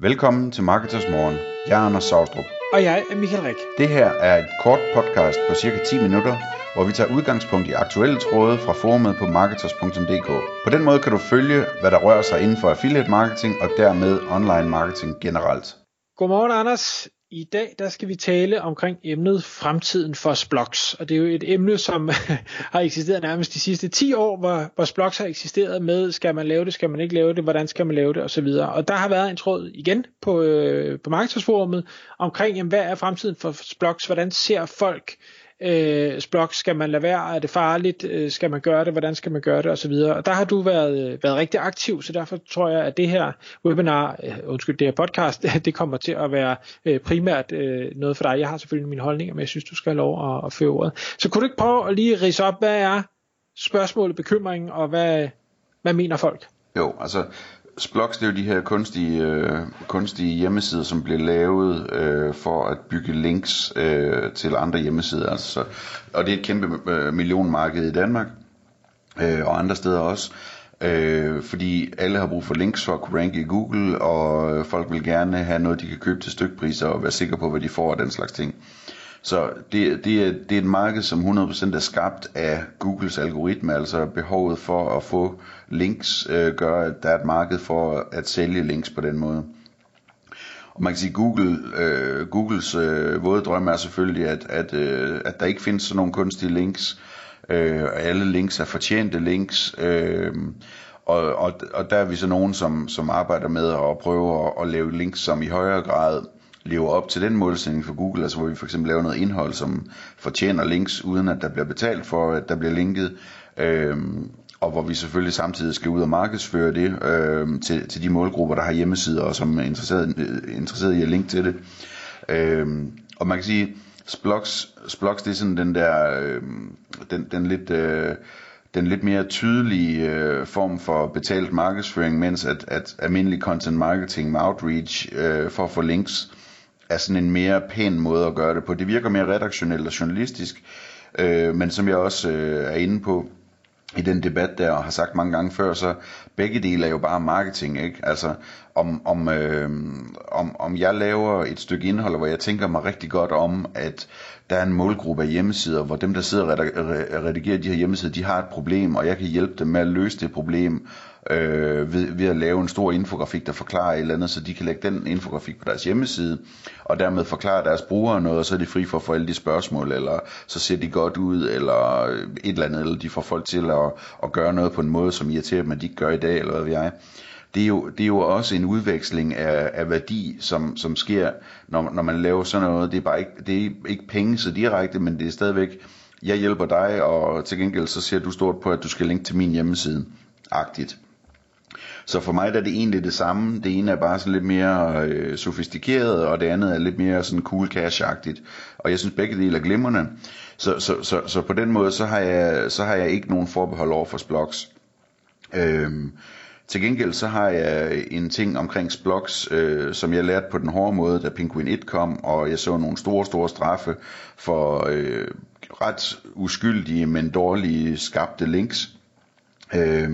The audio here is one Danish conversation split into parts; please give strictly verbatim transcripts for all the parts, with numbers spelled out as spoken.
Velkommen til Marketers Morgen. Jeg er Anders Saustrup. Og jeg er Michael Rik. Det her er et kort podcast på cirka ti minutter, hvor vi tager udgangspunkt i aktuelle tråde fra forumet på marketers punktum d k. På den måde kan du følge, hvad der rører sig inden for affiliate marketing og dermed online marketing generelt. Godmorgen, Anders. I dag der skal vi tale omkring emnet fremtiden for Splux. Og det er jo et emne, som har eksisteret nærmest de sidste ti år, hvor, hvor Splux har eksisteret med, skal man lave det, skal man ikke lave det, hvordan skal man lave det osv. Og der har været en tråd igen på, øh, på Marketersforumet omkring, jamen, hvad er fremtiden for Splux, hvordan ser folk øh, Splux, skal man lade være, er det farligt, øh, skal man gøre det, hvordan skal man gøre det osv. Og der har du været, været rigtig aktiv, så derfor tror jeg, at det her webinar, øh, undskyld, det her podcast, det kommer til at være øh, primært øh, noget for dig. Jeg har selvfølgelig mine holdninger, men jeg synes, du skal have lov at, at føre ordet. Så kunne du ikke prøve at lige ridse op, hvad er spørgsmålet, bekymringen, og hvad, hvad mener folk? Jo, altså Splux, det er jo de her kunstige, øh, kunstige hjemmesider, som bliver lavet øh, for at bygge links øh, til andre hjemmesider. Altså, og det er et kæmpe øh, millionmarked i Danmark øh, og andre steder også. Øh, fordi alle har brug for links for at kunne ranke i Google, og folk vil gerne have noget, de kan købe til stykpriser og være sikre på, hvad de får af den slags ting. Så det, det, er, det er et marked, som hundrede procent er skabt af Googles algoritme, altså behovet for at få links øh, gør, at der er et marked for at sælge links på den måde. Og man kan sige, Google, øh, Googles øh, våde drøm er selvfølgelig, at, at, øh, at der ikke findes sådan nogle kunstige links. Øh, alle links er fortjente links, øh, og, og, og der er vi så nogen, som, som arbejder med at prøve at, at lave links, som i højere grad lever op til den målsætning for Google, altså hvor vi for eksempel laver noget indhold, som fortjener links, uden at der bliver betalt for, at der bliver linket, øhm, og hvor vi selvfølgelig samtidig skal ud og markedsføre det øhm, til, til de målgrupper, der har hjemmesider, og som er interesseret, interesseret i at linke til det. Øhm, og man kan sige, Splux, Splux det er sådan den der, øhm, den, den lidt... Øh, den lidt mere tydelige øh, form for betalt markedsføring, mens at, at almindelig content marketing med outreach øh, for at få links er sådan en mere pæn måde at gøre det på. Det virker mere redaktionelt og journalistisk, øh, men som jeg også øh, er inde på i den debat der, og har sagt mange gange før, så begge dele er jo bare marketing, ikke? Altså, om, om, øh, om, om jeg laver et stykke indhold, hvor jeg tænker mig rigtig godt om, at der er en målgruppe af hjemmesider, hvor dem, der sidder og redigerer de her hjemmesider, de har et problem, og jeg kan hjælpe dem med at løse det problem, øh, ved, ved at lave en stor infografik, der forklarer et eller andet, så de kan lægge den infografik på deres hjemmeside, og dermed forklare deres brugere noget, og så er de fri for at få alle de spørgsmål, eller så ser de godt ud, eller et eller andet, eller de får folk til at, at gøre noget på en måde, som irriterer dem, at de ikke gør i dag, eller hvad ved jeg. Det er, jo, det er jo også en udveksling af, af værdi, som, som sker, når, når man laver sådan noget. Det er bare ikke, det er ikke penge så direkte, men det er stadigvæk, jeg hjælper dig, og til gengæld så ser du stort på, at du skal linke til min hjemmeside. Agtigt. Så for mig der er det egentlig det samme. Det ene er bare sådan lidt mere øh, sofistikeret, og det andet er lidt mere sådan cool cash-agtigt. Og jeg synes begge dele er glimrende. Så, så, så, så på den måde, så har jeg, så har jeg ikke nogen forbehold over for Splux. Øhm, Til gengæld så har jeg en ting omkring Splux, øh, som jeg lærte på den hårde måde, da Penguin et kom, og jeg så nogle store, store straffe for øh, ret uskyldige, men dårlige skabte links. Øh,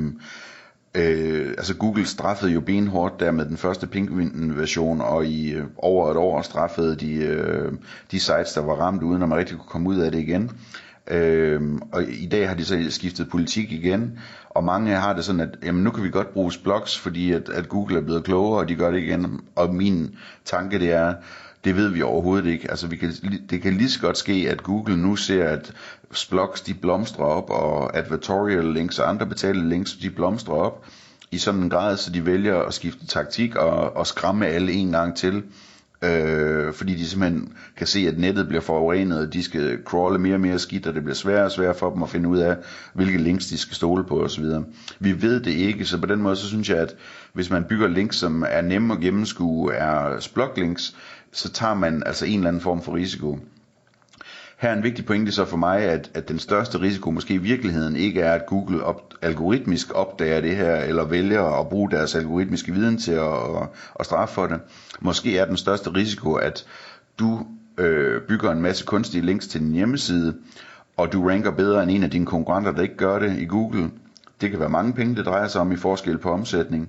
øh, altså Google straffede jo benhårdt der med den første Penguin-version, og i øh, over et år straffede de, øh, de sites, der var ramt, uden at man rigtig kunne komme ud af det igen. Øhm, og i dag har de så skiftet politik igen, og mange har det sådan, at jamen, nu kan vi godt bruge Splux, fordi at, at Google er blevet klogere, og de gør det igen. Og min tanke det er, det ved vi overhovedet ikke. Altså vi kan, det kan lige så godt ske, at Google nu ser, at Splux de blomstrer op, og advertorial links og andre betalte links de blomstrer op i sådan en grad, så de vælger at skifte taktik og, og skræmme alle en gang til. Øh, fordi de simpelthen kan se, at nettet bliver forurenet, og de skal crawle mere og mere skidt, og det bliver sværere og sværere for dem at finde ud af, hvilke links de skal stole på osv. Vi ved det ikke, så på den måde, så synes jeg, at hvis man bygger links, som er nemme at gennemskue, er Splux links, så tager man altså en eller anden form for risiko. Her er en vigtig pointe så for mig, at, at den største risiko måske i virkeligheden ikke er, at Google op, algoritmisk opdager det her, eller vælger at bruge deres algoritmiske viden til at, at, at straffe for det. Måske er den største risiko, at du øh, bygger en masse kunstige links til din hjemmeside, og du ranker bedre end en af dine konkurrenter, der ikke gør det i Google. Det kan være mange penge, det drejer sig om i forskel på omsætning.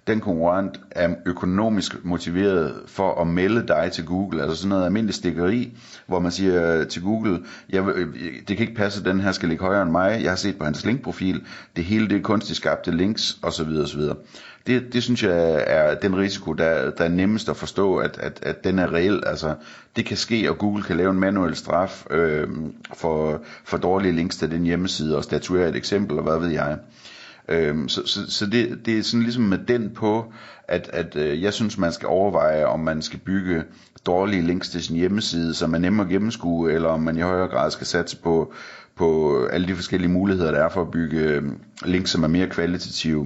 den konkurrent er økonomisk motiveret for at melde dig til Google, altså sådan noget almindeligt stikkeri, hvor man siger til Google, jeg, det kan ikke passe, at den her skal ligge højere end mig, jeg har set på hans linkprofil, det hele det er kunstigt skabte links, osv. osv. Det, det synes jeg er den risiko, der, der er nemmest at forstå, at, at, at den er reel. Altså, det kan ske, og Google kan lave en manuel straf øh, for, for dårlige links til den hjemmeside, og statuere et eksempel, og hvad ved jeg. Øh, så så, så det, det er sådan ligesom med den på, at, at øh, jeg synes, man skal overveje, om man skal bygge dårlige links til sin hjemmeside, som er nemmere at gennemskue, eller om man i højere grad skal satse på, på alle de forskellige muligheder, der er for at bygge links, som er mere kvalitative.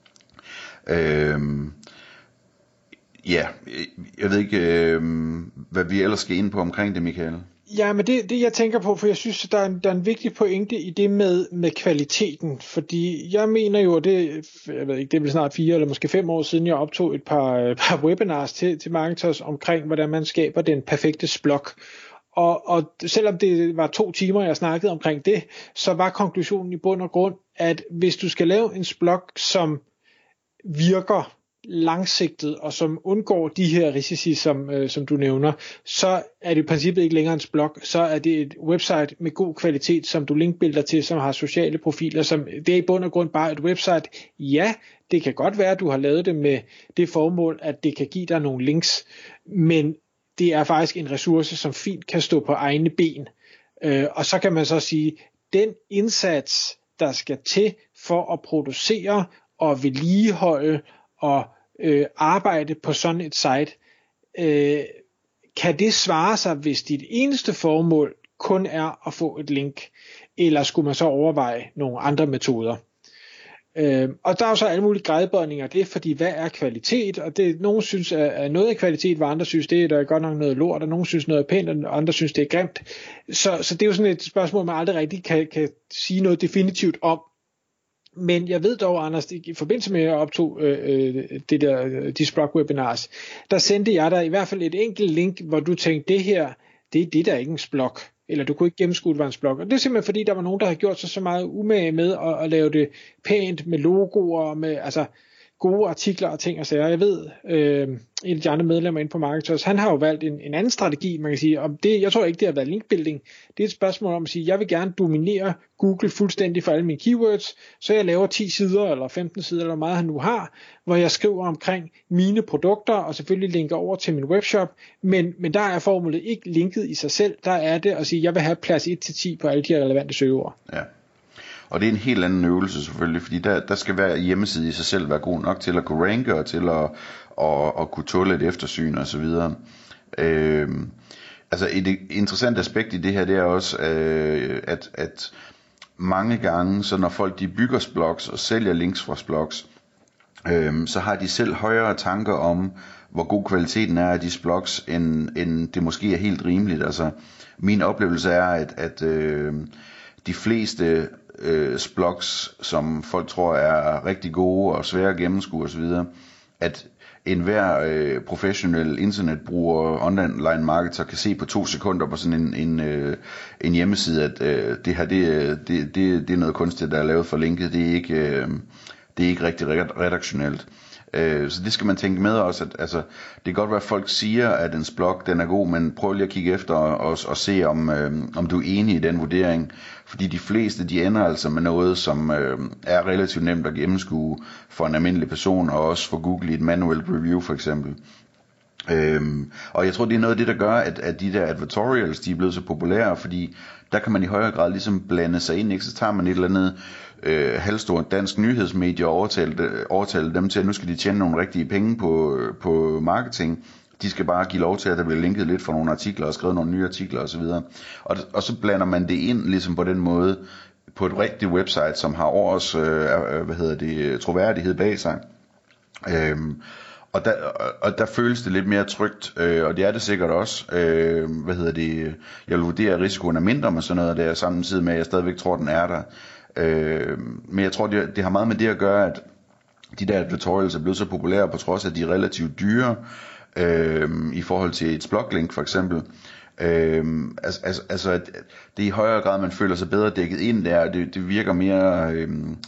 Øhm, ja, jeg ved ikke, øhm, hvad vi ellers skal ind på omkring det, Michael. Ja, men det, det jeg tænker på, for jeg synes, der er en, der er en vigtig pointe i det med, med kvaliteten, fordi jeg mener jo, at det, jeg ved ikke, det er vel snart fire eller måske fem år siden, jeg optog et par, par webinars til, til marketers omkring, hvordan man skaber den perfekte splog. Og, og selvom det var to timer, jeg snakkede omkring det, så var konklusionen i bund og grund, at hvis du skal lave en splog, som virker langsigtet og som undgår de her risici, som, øh, som du nævner, så er det i princippet ikke længere en blog, så er det et website med god kvalitet, som du linkbuilder til, som har sociale profiler, som det er i bund og grund bare et website. Ja, det kan godt være, at du har lavet det med det formål, at det kan give dig nogle links, men det er faktisk en ressource, som fint kan stå på egne ben. Øh, og så kan man så sige, den indsats, der skal til for at producere og vedligeholde og øh, arbejde på sådan et site, øh, kan det svare sig, hvis dit eneste formål kun er at få et link, eller skulle man så overveje nogle andre metoder? Øh, og der er jo så alle mulige gradbøjninger af det, fordi hvad er kvalitet? Og det nogen synes er noget af kvalitet, hvor andre synes det er der godt nok noget lort, og nogen synes noget er pænt, og andre synes det er grimt. Så, så det er jo sådan et spørgsmål, man aldrig rigtig kan, kan sige noget definitivt om. Men jeg ved dog, Anders, i forbindelse med at jeg optog øh, det der, de Splog webinars, der sendte jeg dig i hvert fald et enkelt link, hvor du tænkte, det her, det er det der er ikke en Splog, eller du kunne ikke gennemskue, det var en Splog. Og det er simpelthen fordi, der var nogen, der havde gjort sig så meget umage med at, at lave det pænt med logoer, og med altså gode artikler og ting og sager. Jeg ved, øh, en af de andre medlemmer inde på Marketers, han har jo valgt en, en anden strategi, man kan sige. Og det, jeg tror ikke, det har været linkbuilding. Det er et spørgsmål om at sige, jeg vil gerne dominere Google fuldstændig for alle mine keywords, så jeg laver ti sider eller femten sider, eller hvor meget han nu har, hvor jeg skriver omkring mine produkter, og selvfølgelig linker over til min webshop, men, men der er formålet ikke linket i sig selv, der er det at sige, jeg vil have plads et til ti på alle de relevante søgeord. Ja. Og det er en helt anden øvelse selvfølgelig, fordi der, der skal hver hjemmeside i sig selv være god nok til at kunne ranke, og til at, at, at kunne tåle et eftersyn og så videre. Øh, altså et interessant aspekt i det her, det er også, øh, at, at mange gange, så når folk de bygger blogs og sælger links fra blogs, øh, så har de selv højere tanker om, hvor god kvaliteten er af de blogs, end, end det måske er helt rimeligt. Altså min oplevelse er, at, at øh, de fleste øh, blogs, som folk tror er rigtig gode og svære at gennemskue osv., at enhver øh, professionel internetbruger, online marketer kan se på to sekunder på sådan en, en, øh, en hjemmeside, at øh, det her det, det, det, det er noget kunstigt, der er lavet for linket. Det er ikke, øh, det er ikke rigtig redaktionelt. Så det skal man tænke med også, at altså, det kan godt være, at folk siger, at ens blog den er god, men prøv lige at kigge efter og, og, og se, om, øh, om du er enig i den vurdering. Fordi de fleste, de ender altså med noget, som øh, er relativt nemt at gennemskue for en almindelig person, og også for Google i et manuelt review for eksempel. Øhm, og jeg tror, det er noget af det, der gør, at, at de der advertorials, de er blevet så populære, fordi der kan man i højere grad ligesom blande sig ind, ikke? Så tager man et eller andet øh, halvstort dansk nyhedsmedie og overtale, overtale dem til, at nu skal de tjene nogle rigtige penge på, på marketing. De skal bare give lov til, at der bliver linket lidt for nogle artikler og skrevet nogle nye artikler osv. Og, og så blander man det ind ligesom på den måde, på et rigtigt website, som har års øh, hvad hedder det, troværdighed bag sig. Øhm, Og der, og der føles det lidt mere trygt, øh, og det er det sikkert også. Øh, hvad hedder det? Jeg vil vurdere, at risikoen er mindre med sådan noget der, samtidig med, at jeg stadigvæk tror, den er der. Øh, men jeg tror, det, det har meget med det at gøre, at de der advertorials er blevet så populære, på trods af, at de er relativt dyre, øh, i forhold til et bloglink for eksempel. Øh, altså, altså, altså, det er i højere grad, man føler sig bedre dækket ind der, det, det virker mere... Øh,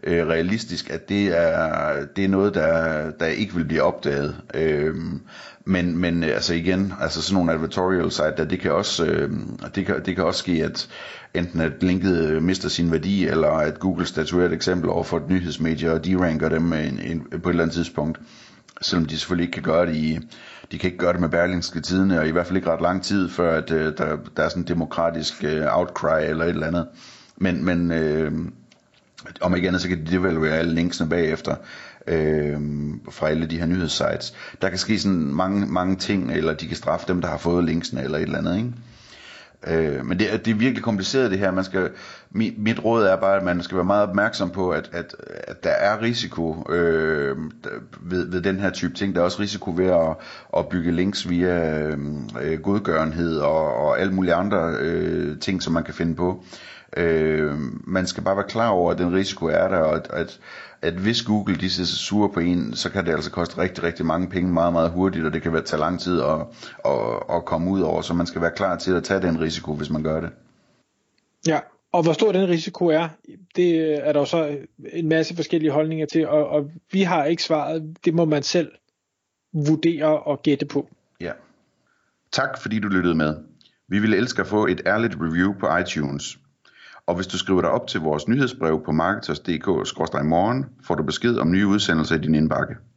øh, realistisk, at det er, det er noget, der, der ikke vil blive opdaget. Øh, men, men altså igen, altså sådan nogle advertorial site, der, det kan også, øh, det kan, det kan også ske, at enten at linket mister sin værdi, eller at Google statuerer et eksempel over for et nyhedsmedie, og de ranker dem en, en, på et eller andet tidspunkt. Selvom de selvfølgelig ikke kan gøre det i, de kan ikke gøre det med Berlingske Tidende, og i hvert fald ikke ret lang tid, før at, øh, der, der er sådan en demokratisk øh, outcry eller et eller andet. Men, men øh, om ikke andet, så kan de devaluere alle linksene bagefter øh, fra alle de her nyhedssites. Der kan ske sådan mange, mange ting, eller de kan straffe dem, der har fået linksene, eller et eller andet, ikke? Øh, men det, det er virkelig kompliceret det her. Man skal, mit, mit råd er bare, at man skal være meget opmærksom på, at, at, at der er risiko øh, ved, ved den her type ting. Der er også risiko ved at, at bygge links via øh, godgørenhed og, og alle mulige andre øh, ting, som man kan finde på. Øh, man skal bare være klar over, at den risiko er der, og at, at, at hvis Google de ser sure på en, så kan det altså koste rigtig, rigtig mange penge meget, meget hurtigt, og det kan være tage lang tid at, at, at komme ud over, så man skal være klar til at tage den risiko, hvis man gør det. Ja, og hvor stor den risiko er, det er der jo så en masse forskellige holdninger til, og, og vi har ikke svaret, det må man selv vurdere og gætte på. Ja. Tak fordi du lyttede med. Vi ville elske at få et ærligt review på iTunes. Og hvis du skriver dig op til vores nyhedsbrev på marketers punktum d k skråstreg morgen, får du besked om nye udsendelser i din indbakke.